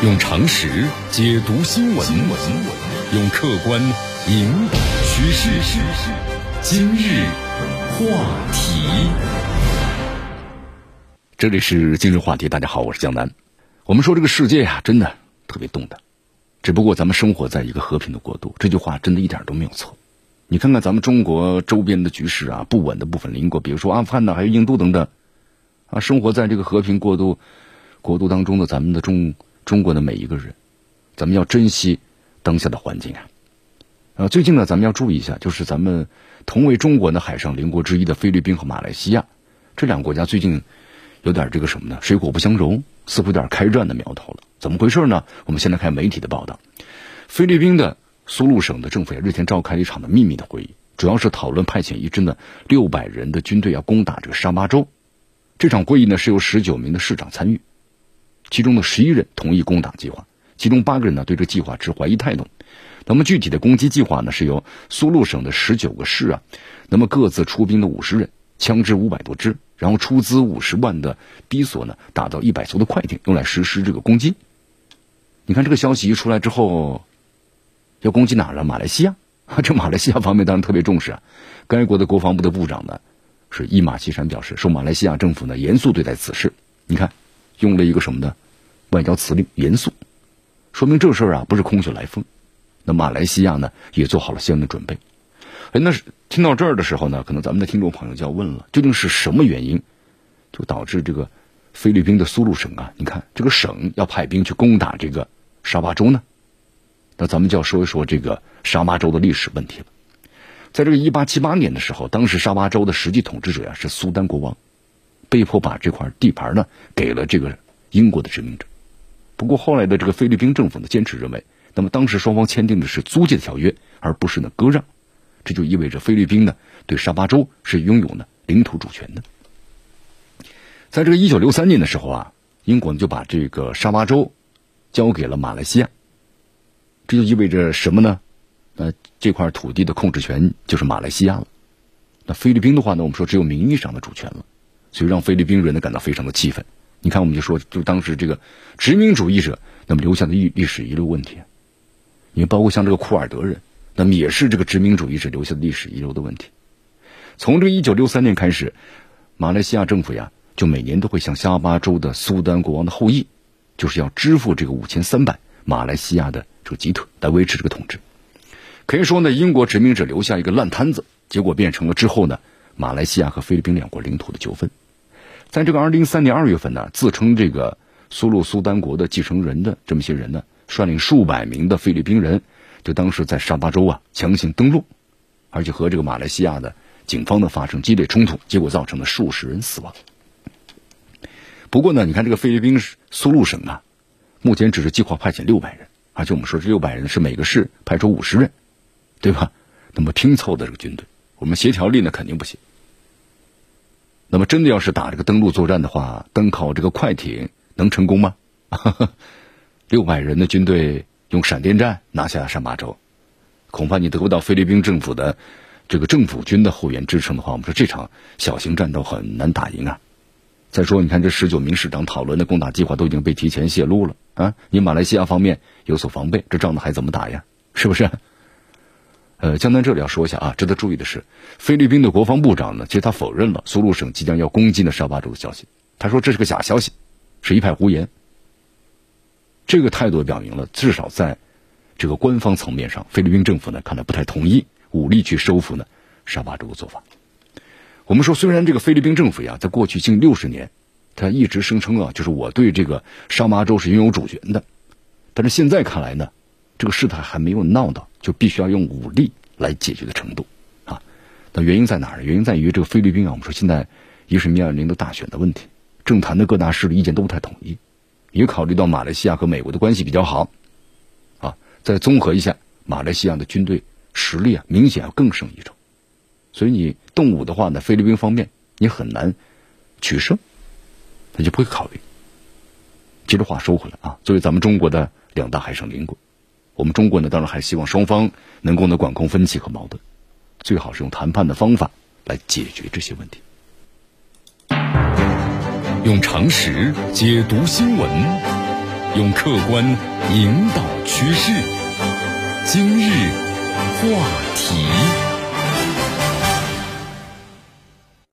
用常识解读新闻，用客观引导趋势。今日话题，这里是今日话题。大家好，我是江南。我们说这个世界真的特别动荡，只不过咱们生活在一个和平的国度，这句话真的一点都没有错。你看看咱们中国周边的局势不稳的部分邻国，比如说阿富汗还有印度等等生活在这个和平国度当中的咱们的中国的每一个人，咱们要珍惜当下的环境最近呢，咱们要注意一下，就是咱们同为中国的海上邻国之一的菲律宾和马来西亚，这两个国家最近有点这个什么呢？水火不相容，似乎有点开战的苗头了。怎么回事呢？我们先来看媒体的报道。菲律宾的苏禄省的政府日前召开了一场的秘密的会议，主要是讨论派遣一支600人的军队要攻打这个沙巴州。这场会议呢是由19名的市长参与，其中的11人同意攻打计划，其中8个人呢对这计划持怀疑态度。那么具体的攻击计划呢是由苏禄省的19个市那么各自出兵的50人，枪支500多支，然后出资50万的逼索呢打造100艘的快艇，用来实施这个攻击。你看这个消息一出来之后，要攻击哪儿了？马来西亚这马来西亚方面当然特别重视该国的国防部的部长呢是伊马西山表示，说马来西亚政府呢严肃对待此事。你看用了一个什么呢？外交辞令，严肃，说明这事儿不是空穴来风。那马来西亚呢也做好了相应的准备。那听到这儿的时候呢，可能咱们的听众朋友就要问了，究竟是什么原因就导致这个菲律宾的苏禄省你看这个省要派兵去攻打这个沙巴州呢？那咱们就要说一说这个沙巴州的历史问题了。在这个1878年的时候，当时沙巴州的实际统治者是苏丹国王，被迫把这块地盘呢给了这个英国的殖民者。不过后来的这个菲律宾政府呢坚持认为，那么当时双方签订的是租借的条约，而不是割让，这就意味着菲律宾呢对沙巴州是拥有领土主权的。在这个1963年的时候英国就把这个沙巴州交给了马来西亚，这就意味着什么呢？这块土地的控制权就是马来西亚了。那菲律宾的话呢，我们说只有名义上的主权了，所以让菲律宾人呢感到非常的气愤。你看我们就说，就当时这个殖民主义者那么留下的历史遗留问题，你包括像这个库尔德人，那么也是这个殖民主义者留下的历史遗留的问题。从这个1963年开始，马来西亚政府就每年都会向沙巴州的苏丹国王的后裔，就是要支付这个5300马来西亚的这个吉特来维持这个统治。可以说呢，英国殖民者留下一个烂摊子，结果变成了之后呢马来西亚和菲律宾两国领土的纠纷。在这个2003年2月份自称这个苏丹国的继承人的这么些人呢，率领数百名的菲律宾人，就当时在沙巴州强行登陆，而且和这个马来西亚的警方呢发生激烈冲突，结果造成了数十人死亡。不过呢，你看这个菲律宾苏禄省目前只是计划派遣600人，而且我们说这600人是每个市派出50人，对吧？那么拼凑的这个军队，我们协调力呢肯定不行。那么真的要是打这个登陆作战的话，单靠这个快艇能成功吗？600人的军队用闪电战拿下沙巴州，恐怕你得不到菲律宾政府的这个政府军的后援支撑的话，我们说这场小型战斗很难打赢再说你看这19名市长讨论的攻打计划都已经被提前泄露了你马来西亚方面有所防备，这仗还怎么打呀？是不是？江南这里要说一下值得注意的是，菲律宾的国防部长呢，其实他否认了苏禄省即将要攻击沙巴州的消息，他说这是个假消息，是一派胡言。这个态度表明了，至少在这个官方层面上，菲律宾政府呢看来不太同意武力去收复沙巴州的做法。我们说，虽然这个菲律宾政府在过去近60年，他一直声称就是我对这个沙巴州是拥有主权的，但是现在看来呢，这个事态还没有闹到就必须要用武力来解决的程度那原因在哪儿？原因在于这个菲律宾我们说现在也是面临的大选的问题，政坛的各大势力意见都不太统一，也考虑到马来西亚和美国的关系比较好再综合一下，马来西亚的军队实力明显要更胜一筹，所以你动武的话呢，菲律宾方面你很难取胜，他就不会考虑。接着话说回来作为咱们中国的2大海上邻国，我们中国呢当然还希望双方能够管控分歧和矛盾，最好是用谈判的方法来解决这些问题。 用常识解读新闻， 用客观引导趋势。今日话题。